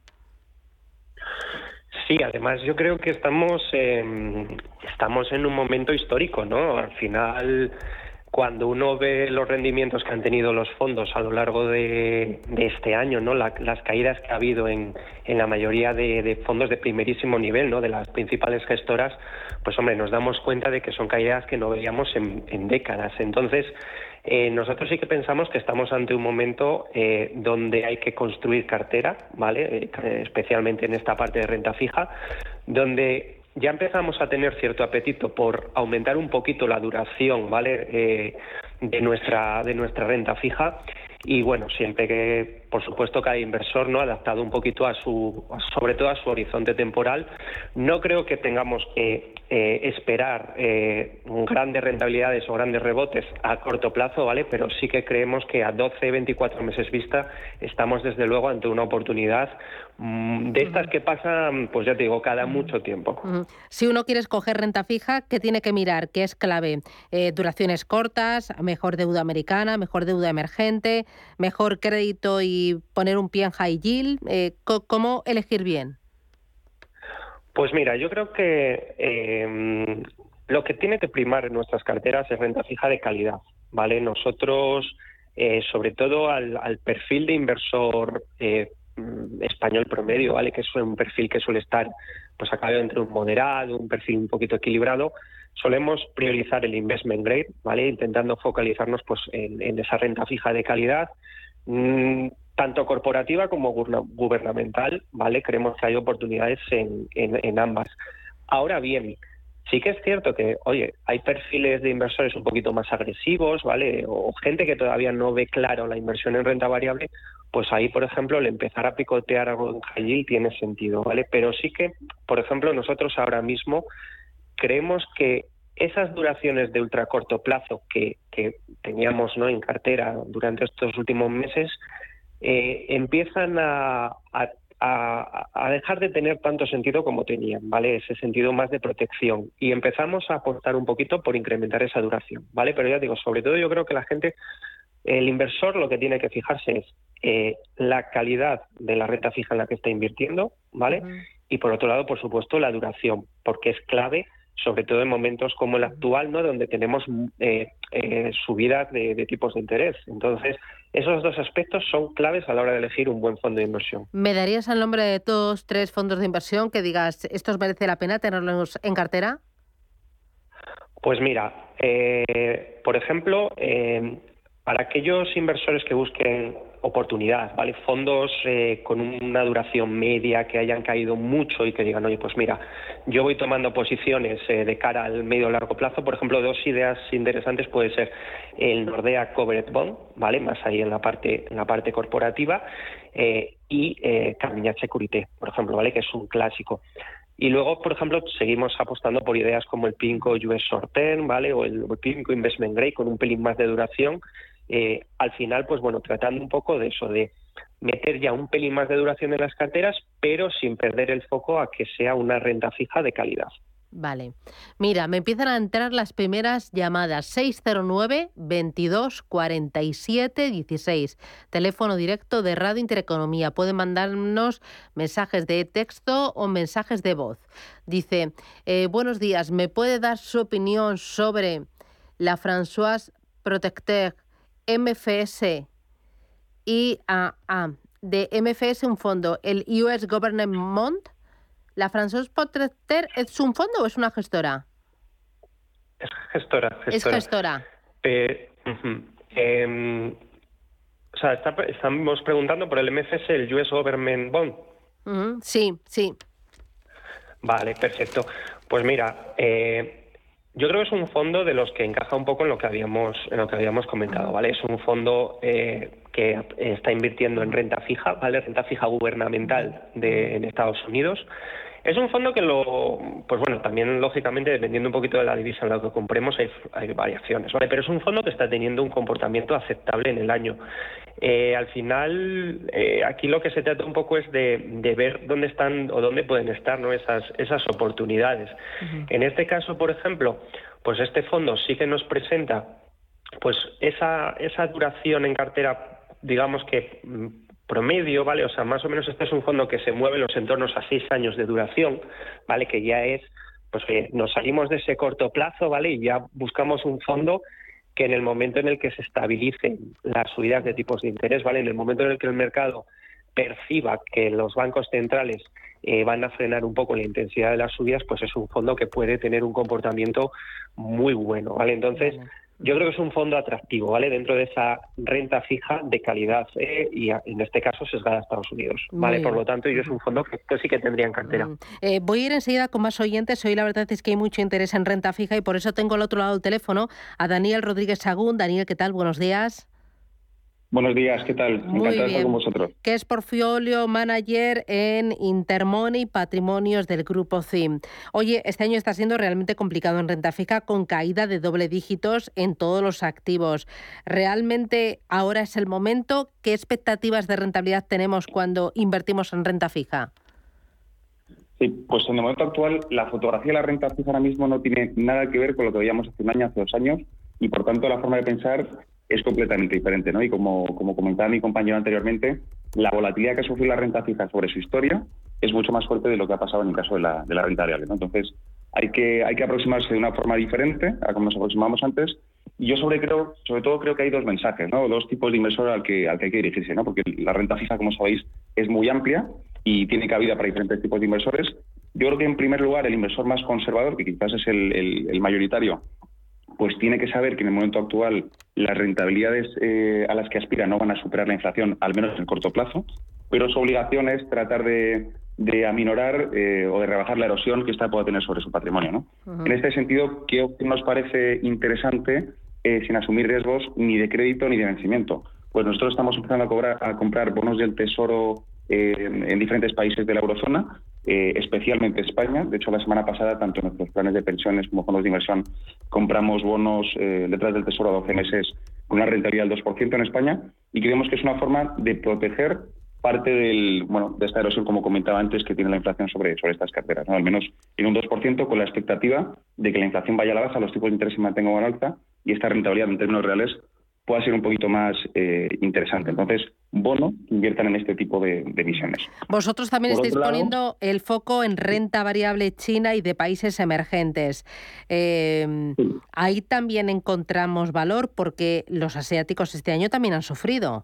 Sí, además yo creo que estamos, eh, estamos en un momento histórico, ¿no? Al final cuando uno ve los rendimientos que han tenido los fondos a lo largo de, de este año, ¿no? La, las caídas que ha habido en, en la mayoría de, de fondos de primerísimo nivel, ¿no? De las principales gestoras, pues hombre, nos damos cuenta de que son caídas que no veíamos en, en décadas. Entonces, eh, nosotros sí que pensamos que estamos ante un momento eh, donde hay que construir cartera, ¿vale? Eh, especialmente en esta parte de renta fija, donde ya empezamos a tener cierto apetito por aumentar un poquito la duración, ¿vale? Eh, de nuestra de nuestra renta fija, y bueno, siempre que, por supuesto, cada inversor, ¿no?, adaptado un poquito a su, sobre todo a su horizonte temporal. No creo que tengamos que eh, esperar eh, grandes rentabilidades o grandes rebotes a corto plazo, ¿vale? Pero sí que creemos que a doce, veinticuatro meses vista estamos desde luego ante una oportunidad mmm, de estas que pasan, pues ya te digo, cada mucho tiempo. Si uno quiere escoger renta fija, ¿qué tiene que mirar? ¿Qué es clave? Eh, duraciones cortas, mejor deuda americana, mejor deuda emergente, mejor crédito y poner un pie en high yield. Eh, ¿Cómo elegir bien? Pues mira, yo creo que eh, lo que tiene que primar en nuestras carteras es renta fija de calidad, ¿vale? Nosotros, eh, sobre todo al, al perfil de inversor eh, español promedio, ¿vale?, que es un perfil que suele estar pues a caballo entre un moderado, un perfil un poquito equilibrado, solemos priorizar el investment grade, ¿vale?, intentando focalizarnos pues en, en esa renta fija de calidad, mmm, tanto corporativa como gubernamental, ¿vale? Creemos que hay oportunidades en, en, en ambas. Ahora bien, sí que es cierto que, oye, hay perfiles de inversores un poquito más agresivos, ¿vale?, o gente que todavía no ve claro la inversión en renta variable, pues ahí, por ejemplo, el empezar a picotear algo en high yield tiene sentido, ¿vale? Pero sí que, por ejemplo, nosotros ahora mismo creemos que esas duraciones de ultracorto plazo que, que teníamos, ¿no?, en cartera durante estos últimos meses, eh, empiezan a, a, a, a dejar de tener tanto sentido como tenían, ¿vale? Ese sentido más de protección. Y empezamos a apostar un poquito por incrementar esa duración, ¿vale? Pero ya digo, sobre todo yo creo que la gente, el inversor, lo que tiene que fijarse es eh, la calidad de la renta fija en la que está invirtiendo, ¿vale? Uh-huh. Y por otro lado, por supuesto, la duración, porque es clave, sobre todo en momentos como el actual, ¿no?, donde tenemos eh, eh, subidas de, de tipos de interés. Entonces, esos dos aspectos son claves a la hora de elegir un buen fondo de inversión. ¿Me darías el nombre de todos tres fondos de inversión que digas, estos merece la pena tenerlos en cartera? Pues mira, eh, por ejemplo, eh, para aquellos inversores que busquen oportunidad, ¿vale?, fondos eh, con una duración media, que hayan caído mucho y que digan, oye, pues mira, yo voy tomando posiciones eh, de cara al medio o largo plazo. Por ejemplo, dos ideas interesantes puede ser el Nordea Covered Bond, ¿vale?, más ahí en la parte en la parte corporativa, eh, y eh, Carmignac Securité, por ejemplo, ¿vale?, que es un clásico. Y luego, por ejemplo, seguimos apostando por ideas como el PIMCO U S Short Term, ¿vale?, o el, el PIMCO Investment Grade con un pelín más de duración. Eh, al final, pues bueno, tratando un poco de eso, de meter ya un pelín más de duración en las carteras, pero sin perder el foco a que sea una renta fija de calidad. Vale. Mira, me empiezan a entrar las primeras llamadas. seis cero nueve, veintidós, cuarenta y siete, dieciséis. Teléfono directo de Radio Intereconomía. Pueden mandarnos mensajes de texto o mensajes de voz. Dice, eh, buenos días, ¿me puede dar su opinión sobre la François Protecteur M F S y ah, ah, de M F S un fondo, el U S Government Bond? ¿La François Protecteur es un fondo o es una gestora? Es gestora. gestora. Es gestora. Eh, uh-huh. eh, o sea, está, estamos preguntando por el M F S, el U S Government Bond. Uh-huh. Sí, sí. Vale, perfecto. Pues mira, eh, yo creo que es un fondo de los que encaja un poco en lo que habíamos en lo que habíamos comentado, ¿vale? Es un fondo eh, que está invirtiendo en renta fija, ¿vale? Renta fija gubernamental de, en Estados Unidos. Es un fondo que lo, pues bueno, también lógicamente dependiendo un poquito de la divisa en la que compremos hay, hay variaciones, ¿vale? Pero es un fondo que está teniendo un comportamiento aceptable en el año. Eh, al final, eh, aquí lo que se trata un poco es de, de ver dónde están o dónde pueden estar, ¿no?, esas, esas oportunidades. Uh-huh. En este caso, por ejemplo, pues este fondo sí que nos presenta pues esa, esa duración en cartera, digamos que promedio, ¿vale? O sea, más o menos este es un fondo que se mueve en los entornos a seis años de duración, ¿vale? Que ya es, pues eh, nos salimos de ese corto plazo, ¿vale? Y ya buscamos un fondo que en el momento en el que se estabilicen las subidas de tipos de interés, ¿vale? En el momento en el que el mercado perciba que los bancos centrales eh, van a frenar un poco la intensidad de las subidas, pues es un fondo que puede tener un comportamiento muy bueno, ¿vale? Entonces, vale. Yo creo que es un fondo atractivo, ¿vale? Dentro de esa renta fija de calidad eh, y en este caso sesgada a Estados Unidos, ¿vale? Muy Por lo tanto, yo es un fondo que, que sí que tendría en cartera. Mm. Eh, voy a ir enseguida con más oyentes. Hoy la verdad es que hay mucho interés en renta fija y por eso tengo al otro lado del teléfono a Daniel Rodríguez Sagún. Daniel, ¿qué tal? Buenos días. Buenos días, ¿qué tal? Muy Encantado de bien. estar con vosotros. Que es portfolio manager en Intermoney Patrimonios del Grupo C I M. Oye, este año está siendo realmente complicado en renta fija con caída de doble dígitos en todos los activos. ¿Realmente ahora es el momento? ¿Qué expectativas de rentabilidad tenemos cuando invertimos en renta fija? Sí, pues en el momento actual la fotografía de la renta fija ahora mismo no tiene nada que ver con lo que veíamos hace un año, hace dos años, y por tanto la forma de pensar es completamente diferente, ¿no? Y como, como comentaba mi compañero anteriormente, la volatilidad que ha sufrido la renta fija sobre su historia es mucho más fuerte de lo que ha pasado en el caso de la, de la renta variable, ¿no? Entonces, hay que, hay que aproximarse de una forma diferente a como nos aproximamos antes. Y yo sobre, creo, sobre todo creo que hay dos mensajes, ¿no? Dos tipos de inversor al que, al que hay que dirigirse, ¿no? Porque la renta fija, como sabéis, es muy amplia y tiene cabida para diferentes tipos de inversores. Yo creo que, en primer lugar, el inversor más conservador, que quizás es el, el, el mayoritario, pues tiene que saber que en el momento actual las rentabilidades eh, a las que aspira no van a superar la inflación, al menos en el corto plazo, pero su obligación es tratar de, de aminorar eh, o de rebajar la erosión que ésta pueda tener sobre su patrimonio, ¿no? Uh-huh. En este sentido, ¿qué opción nos parece interesante eh, sin asumir riesgos ni de crédito ni de vencimiento? Pues nosotros estamos empezando a, cobrar, a comprar bonos del Tesoro eh, en diferentes países de la eurozona, Eh, especialmente España. De hecho, la semana pasada, tanto en nuestros planes de pensiones como fondos de inversión, compramos bonos eh, detrás del Tesoro a doce meses con una rentabilidad del dos por ciento en España, y creemos que es una forma de proteger parte del, bueno, de esta erosión, como comentaba antes, que tiene la inflación sobre, sobre estas carteras, ¿no? Al menos en un dos por ciento, con la expectativa de que la inflación vaya a la baja, los tipos de interés se mantengan al alza y esta rentabilidad en términos reales pueda ser un poquito más eh, interesante. Entonces, bono, inviertan en este tipo de, de visiones. Vosotros también Por estáis lado, poniendo el foco en renta variable china y de países emergentes. Eh, sí. Ahí también encontramos valor porque los asiáticos este año también han sufrido.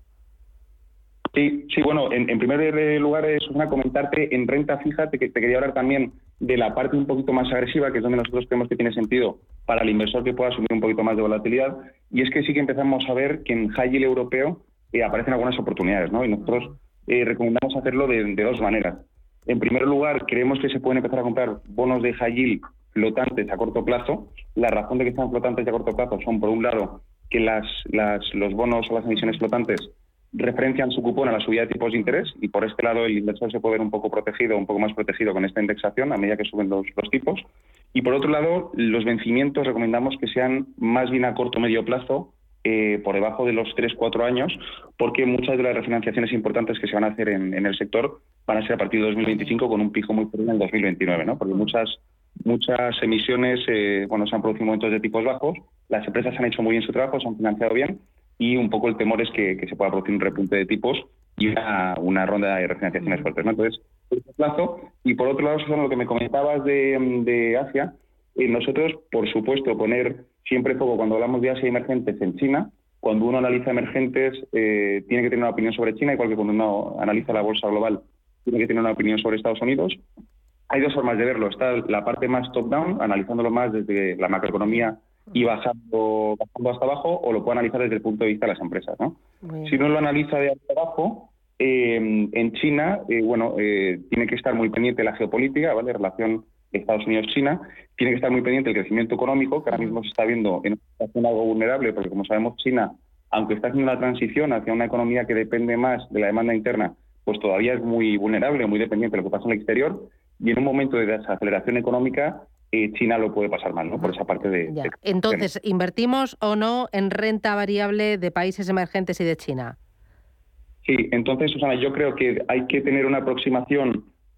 Sí, sí, bueno, en, en primer lugar, Susana, comentarte en renta fija, te, te quería hablar también de la parte un poquito más agresiva, que es donde nosotros creemos que tiene sentido para el inversor que pueda asumir un poquito más de volatilidad, y es que sí que empezamos a ver que en high yield europeo eh, aparecen algunas oportunidades, ¿no? Y nosotros eh, recomendamos hacerlo de, de dos maneras. En primer lugar, creemos que se pueden empezar a comprar bonos de high yield flotantes a corto plazo. La razón de que sean flotantes a corto plazo son, por un lado, que las, las, los bonos o las emisiones flotantes referencian su cupón a la subida de tipos de interés, y por este lado el inversor se puede ver un poco protegido, un poco más protegido con esta indexación a medida que suben los, los tipos. Y por otro lado, los vencimientos recomendamos que sean más bien a corto o medio plazo, eh, por debajo de los tres cuatro años, porque muchas de las refinanciaciones importantes que se van a hacer en, en el sector van a ser a partir de dos mil veinticinco, con un pico muy fuerte en el dos mil veintinueve, ¿no? Porque muchas muchas emisiones eh, bueno, se han producido momentos de tipos bajos, las empresas han hecho muy bien su trabajo, se han financiado bien, y un poco el temor es que, que se pueda producir un repunte de tipos y una, una ronda de refinanciaciones fuertes, ¿no? Entonces, por ese plazo. Y por otro lado, Susana, lo que me comentabas de, de Asia, eh, nosotros, por supuesto, poner siempre foco cuando hablamos de Asia emergentes en China. Cuando uno analiza emergentes, eh, tiene que tener una opinión sobre China, igual que cuando uno analiza la bolsa global, tiene que tener una opinión sobre Estados Unidos. Hay dos formas de verlo. Está la parte más top-down, analizándolo más desde la macroeconomía y bajando, bajando hasta abajo, o lo puede analizar desde el punto de vista de las empresas, ¿no? Si uno lo analiza de hasta abajo, eh, en China, eh, bueno, eh, tiene que estar muy pendiente de la geopolítica, ¿vale? Relación Estados Unidos-China, tiene que estar muy pendiente del crecimiento económico, que ahora mismo se está viendo en una situación algo vulnerable, porque como sabemos, China, aunque está haciendo una transición hacia una economía que depende más de la demanda interna, pues todavía es muy vulnerable, muy dependiente de lo que pasa en el exterior, y en un momento de desaceleración económica, China lo puede pasar mal, ¿no? Por esa parte de... de Entonces, ¿invertimos o no en renta variable de países emergentes y de China? Sí, entonces, Susana, yo creo que hay que tener una aproximación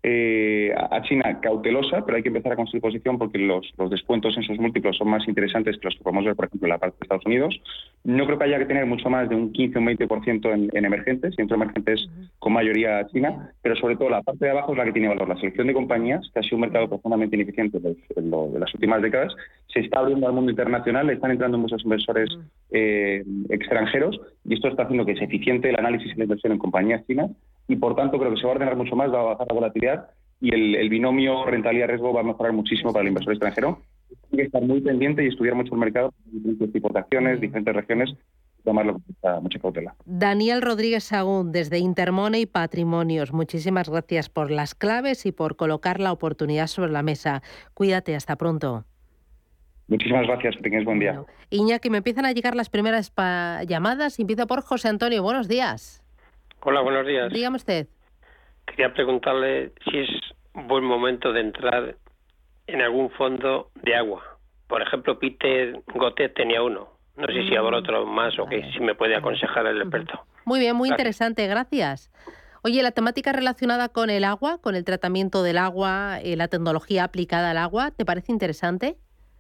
eh, a China cautelosa, pero hay que empezar a construir posición porque los, los descuentos en sus múltiplos son más interesantes que los que podemos ver, por ejemplo, en la parte de Estados Unidos. No creo que haya que tener mucho más de un quince o un veinte por ciento en, en emergentes, y entre emergentes con mayoría China, pero sobre todo la parte de abajo es la que tiene valor. La selección de compañías, que ha sido un mercado profundamente ineficiente en, en, lo, en las últimas décadas, se está abriendo al mundo internacional, están entrando muchos inversores eh, extranjeros, y esto está haciendo que se eficiente el análisis y la inversión en compañías chinas, y por tanto creo que se va a ordenar mucho más, va a bajar la volatilidad, y el, el binomio rentabilidad-riesgo va a mejorar muchísimo para el inversor extranjero. Hay que estar muy pendiente y estudiar mucho el mercado, diferentes tipos de acciones, diferentes regiones, y tomarlo con mucha, mucha cautela. Daniel Rodríguez Sagún, desde Intermoney Patrimonios, muchísimas gracias por las claves y por colocar la oportunidad sobre la mesa. Cuídate, hasta pronto. Muchísimas gracias, que tengáis buen día. Bueno, Iñaki, me empiezan a llegar las primeras llamadas. Empiezo por José Antonio. Buenos días. Hola, buenos días. Dígame usted. Quería preguntarle si es buen momento de entrar en algún fondo de agua. Por ejemplo, Peter Gotet tenía uno. No sé si habrá otro más o que si me puede aconsejar el experto. Muy bien, muy interesante, gracias. Oye, la temática relacionada con el agua, con el tratamiento del agua, eh, la tecnología aplicada al agua, ¿te parece interesante?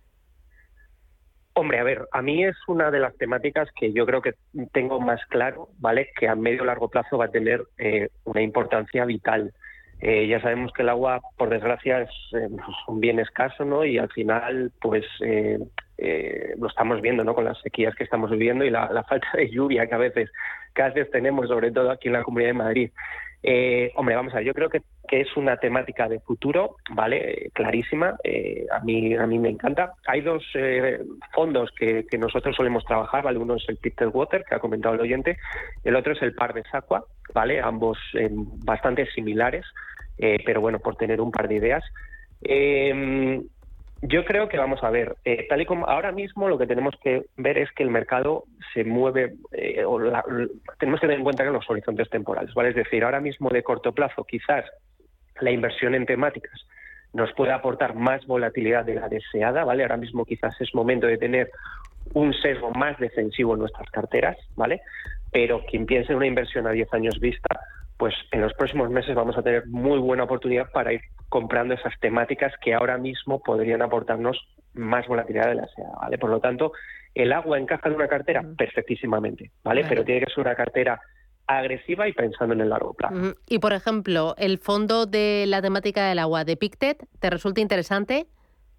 Hombre, a ver, a mí es una de las temáticas que yo creo que tengo más claro, ¿vale? Que a medio o largo plazo va a tener eh, una importancia vital. Eh, ya sabemos que el agua, por desgracia, es eh, un bien escaso, ¿no? Y al final, pues, eh, eh, lo estamos viendo, ¿no? Con las sequías que estamos viviendo y la, la falta de lluvia que a veces, que a veces tenemos, sobre todo aquí en la Comunidad de Madrid. Eh, hombre, vamos a ver, yo creo que, que es una temática de futuro, ¿vale? Eh, clarísima, eh, a mí a mí me encanta. Hay dos eh, fondos que, que nosotros solemos trabajar, ¿vale? Uno es el Pictet Water, que ha comentado el oyente, el otro es el Pardes Aqua, ¿vale? Ambos eh, bastante similares, eh, pero bueno, por tener un par de ideas. Eh, Yo creo que, vamos a ver, eh, tal y como ahora mismo lo que tenemos que ver es que el mercado se mueve, eh, o la, tenemos que tener en cuenta que los horizontes temporales, ¿vale? Es decir, ahora mismo de corto plazo quizás la inversión en temáticas nos puede aportar más volatilidad de la deseada, ¿vale? Ahora mismo quizás es momento de tener un sesgo más defensivo en nuestras carteras, ¿vale? Pero quien piense en una inversión a diez años vista, pues en los próximos meses vamos a tener muy buena oportunidad para ir comprando esas temáticas que ahora mismo podrían aportarnos más volatilidad de la deseada, ¿vale? Por lo tanto, el agua encaja en una cartera perfectísimamente, ¿vale? Vale. Pero tiene que ser una cartera agresiva y pensando en el largo plazo. Uh-huh. Y, por ejemplo, el fondo de la temática del agua de Pictet, ¿te resulta interesante?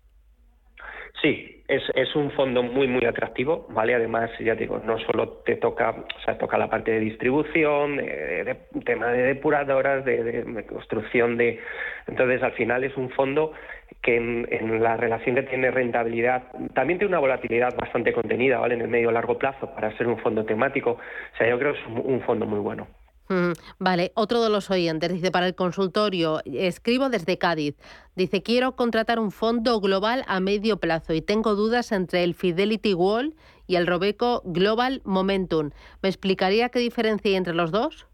Sí, es, es un fondo muy, muy atractivo, ¿vale? Además, ya digo, no solo te toca, o sea, toca la parte de distribución, de, de tema de depuradoras, de, de, de construcción de... Entonces, al final es un fondo que en, en la relación que tiene rentabilidad, también tiene una volatilidad bastante contenida, ¿vale? En el medio largo plazo, para ser un fondo temático. O sea, yo creo que es un, un fondo muy bueno. Mm, vale, otro de los oyentes dice, para el consultorio, escribo desde Cádiz, dice, quiero contratar un fondo global a medio plazo y tengo dudas entre el Fidelity Wall y el Robeco Global Momentum. ¿Me explicaría qué diferencia hay entre los dos?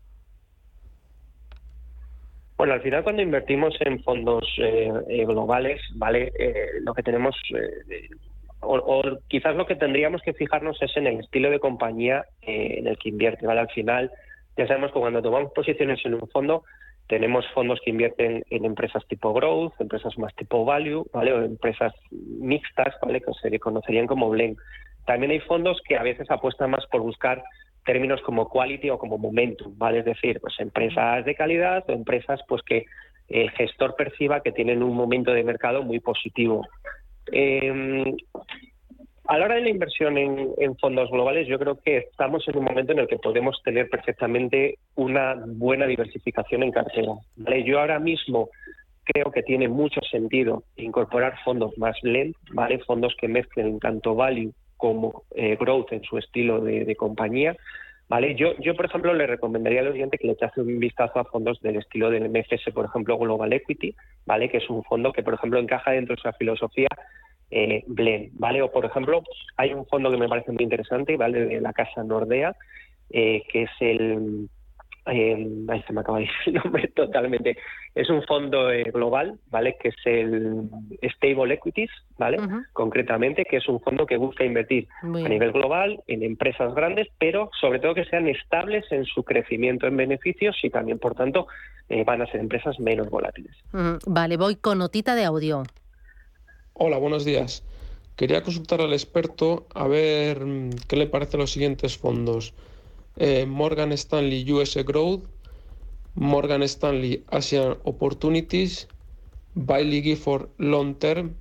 Bueno, al final cuando invertimos en fondos eh, eh, globales, ¿vale? Eh, lo que tenemos... Eh, O, o quizás lo que tendríamos que fijarnos es en el estilo de compañía eh, en el que invierte, ¿vale? Al final, ya sabemos que cuando tomamos posiciones en un fondo, tenemos fondos que invierten en empresas tipo growth, empresas más tipo value, ¿vale? O empresas mixtas, ¿vale? Que se conocerían como blend. También hay fondos que a veces apuestan más por buscar términos como quality o como momentum, ¿vale? Es decir, pues empresas de calidad o empresas pues que el gestor perciba que tienen un momento de mercado muy positivo. Eh, a la hora de la inversión en, en fondos globales, yo creo que estamos en un momento en el que podemos tener perfectamente una buena diversificación en cartera, ¿vale? Yo ahora mismo creo que tiene mucho sentido incorporar fondos más blend, ¿vale? Fondos que mezclen tanto value como eh, growth en su estilo de, de compañía, ¿vale? Yo, yo, por ejemplo, le recomendaría al oyente que le echase un vistazo a fondos del estilo del M F S, por ejemplo, Global Equity, ¿vale? Que es un fondo que, por ejemplo, encaja dentro de esa filosofía eh, blend, ¿vale? O, por ejemplo, hay un fondo que me parece muy interesante, ¿vale? De la casa Nordea, eh, que es el eh, ahí se me acaba de decir el nombre totalmente, es un fondo eh, global, ¿vale? Que es el Stable Equities, ¿vale? Uh-huh. Concretamente, que es un fondo que busca invertir a nivel global en empresas grandes, pero sobre todo que sean estables en su crecimiento en beneficios y también, por tanto, eh, van a ser empresas menos volátiles. Uh-huh. Vale, voy con notita de audio. Hola, buenos días. Quería consultar al experto a ver qué le parecen los siguientes fondos. Eh, Morgan Stanley U S Growth, Morgan Stanley Asian Opportunities, Bailey Gifford Long Term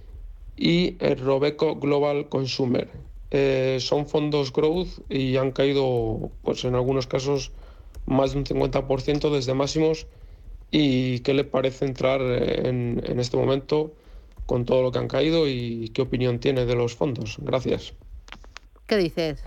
y el Robeco Global Consumer. Eh, son fondos growth y han caído, pues en algunos casos, más de un cincuenta por ciento desde máximos. ¿Y qué le parece entrar en, en este momento con todo lo que han caído y qué opinión tiene de los fondos? Gracias. ¿Qué dices?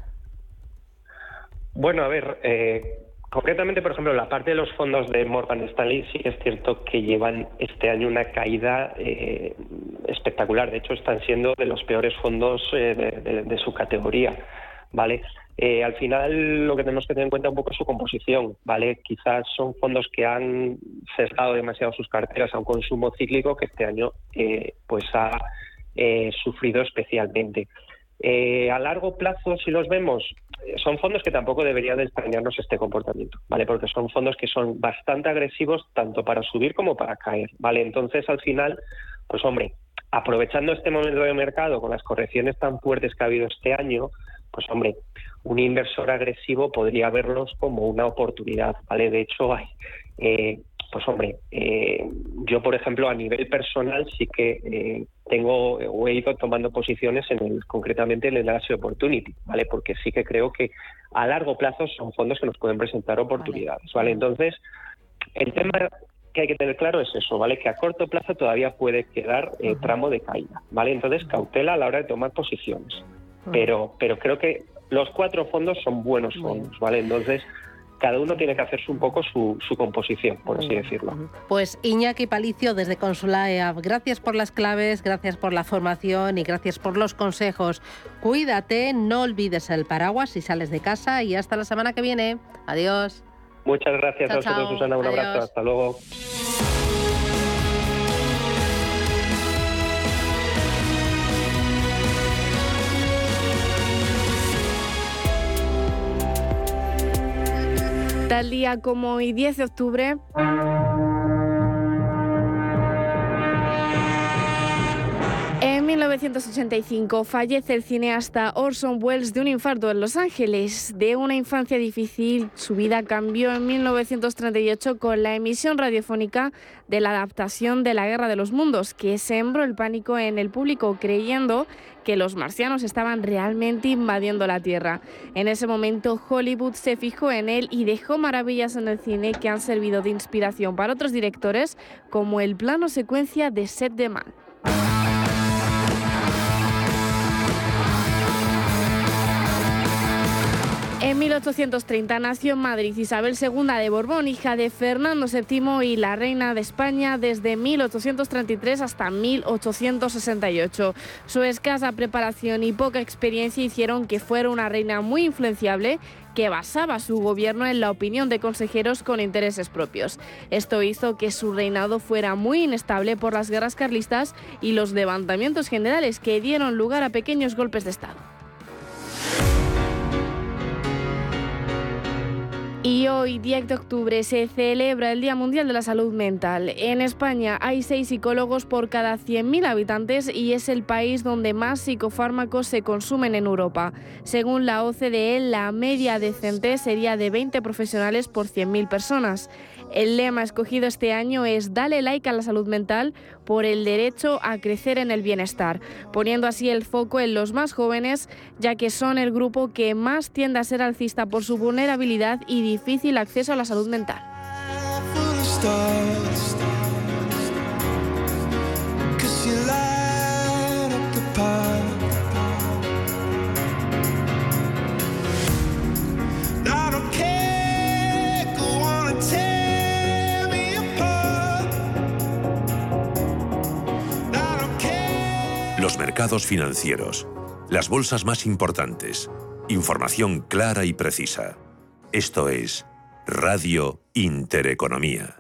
Bueno, a ver, eh, concretamente, por ejemplo, la parte de los fondos de Morgan Stanley sí que es cierto que llevan este año una caída eh, espectacular. De hecho, están siendo de los peores fondos eh, de, de, de su categoría, ¿vale? Eh, al final, lo que tenemos que tener en cuenta un poco es su composición, ¿vale? Quizás son fondos que han sesgado demasiado sus carteras a un consumo cíclico que este año eh, pues ha eh, sufrido especialmente. Eh, a largo plazo, si los vemos, son fondos que tampoco debería de extrañarnos este comportamiento, ¿vale? Porque son fondos que son bastante agresivos tanto para subir como para caer, ¿vale? Entonces, al final, pues hombre, aprovechando este momento de mercado con las correcciones tan fuertes que ha habido este año, pues hombre, un inversor agresivo podría verlos como una oportunidad, ¿vale? De hecho, hay, eh, pues hombre, eh, yo por ejemplo a nivel personal sí que eh, tengo o he ido tomando posiciones en el, concretamente en el Asia Opportunity, ¿vale? Porque sí que creo que a largo plazo son fondos que nos pueden presentar oportunidades, ¿vale? Entonces, el tema que hay que tener claro es eso, ¿vale? Que a corto plazo todavía puede quedar eh, tramo de caída, ¿vale? Entonces, cautela a la hora de tomar posiciones. Pero, pero creo que los cuatro fondos son buenos fondos, ¿vale? Entonces, cada uno tiene que hacerse un poco su, su composición, por así decirlo. Pues Iñaki Palicio, desde Consulae, gracias por las claves, gracias por la formación y gracias por los consejos. Cuídate, no olvides el paraguas si sales de casa y hasta la semana que viene. Adiós. Muchas gracias chao, a vosotros, chao. Susana. Un Adiós. Abrazo. Hasta luego. Tal día como hoy, diez de octubre, en mil novecientos ochenta y cinco fallece el cineasta Orson Welles de un infarto en Los Ángeles. De una infancia difícil, su vida cambió en mil novecientos treinta y ocho con la emisión radiofónica de la adaptación de La Guerra de los Mundos, que sembró el pánico en el público creyendo que los marcianos estaban realmente invadiendo la Tierra. En ese momento Hollywood se fijó en él y dejó maravillas en el cine que han servido de inspiración para otros directores, como el plano secuencia de Set de Man. En mil ochocientos treinta nació en Madrid Isabel segunda de Borbón, hija de Fernando séptimo y la reina de España desde mil ochocientos treinta y tres hasta mil ochocientos sesenta y ocho. Su escasa preparación y poca experiencia hicieron que fuera una reina muy influenciable que basaba su gobierno en la opinión de consejeros con intereses propios. Esto hizo que su reinado fuera muy inestable por las guerras carlistas y los levantamientos generales que dieron lugar a pequeños golpes de Estado. Y hoy, diez de octubre, se celebra el Día Mundial de la Salud Mental. En España hay seis psicólogos por cada cien mil habitantes y es el país donde más psicofármacos se consumen en Europa. Según la O C D E, la media decente sería de veinte profesionales por cien mil personas. El lema escogido este año es Dale like a la salud mental por el derecho a crecer en el bienestar, poniendo así el foco en los más jóvenes, ya que son el grupo que más tiende a ser alcista por su vulnerabilidad y difícil acceso a la salud mental. Los mercados financieros, las bolsas más importantes, información clara y precisa. Esto es Radio Intereconomía.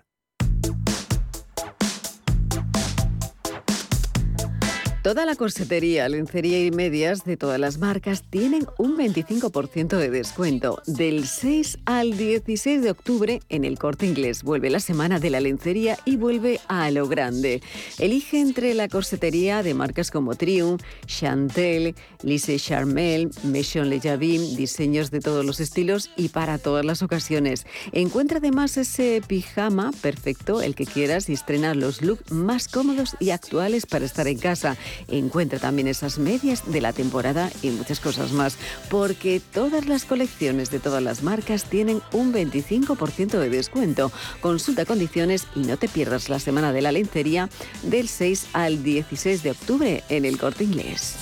Toda la corsetería, lencería y medias de todas las marcas tienen un veinticinco por ciento de descuento. Del seis al dieciséis de octubre en el Corte Inglés vuelve la semana de la lencería y vuelve a lo grande. Elige entre la corsetería de marcas como Triumph, Chantel, Lise Charmel, Maison Le Javin, diseños de todos los estilos y para todas las ocasiones. Encuentra además ese pijama perfecto, el que quieras, y estrena los looks más cómodos y actuales para estar en casa. Encuentra también esas medias de la temporada y muchas cosas más, porque todas las colecciones de todas las marcas tienen un veinticinco por ciento de descuento. Consulta condiciones y no te pierdas la semana de la lencería del seis al dieciséis de octubre en el Corte Inglés.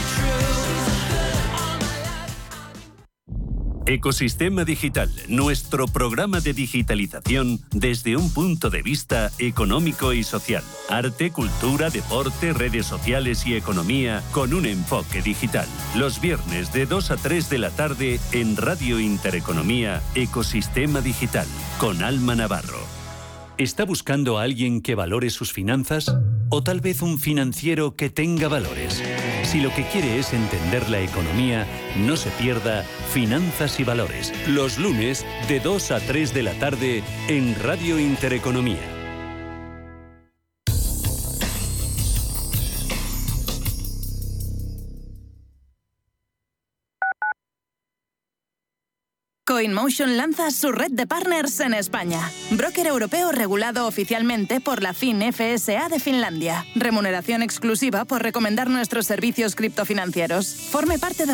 Ecosistema Digital, nuestro programa de digitalización desde un punto de vista económico y social. Arte, cultura, deporte, redes sociales y economía con un enfoque digital. Los viernes de dos a tres de la tarde en Radio Intereconomía, Ecosistema Digital, con Alma Navarro. ¿Está buscando a alguien que valore sus finanzas? ¿O tal vez un financiero que tenga valores? Si lo que quiere es entender la economía, no se pierda Finanzas y Valores, los lunes de dos a tres de la tarde en Radio Intereconomía. CoinMotion lanza su red de partners en España. Broker europeo regulado oficialmente por la FinFSA de Finlandia. Remuneración exclusiva por recomendar nuestros servicios criptofinancieros. Forme parte de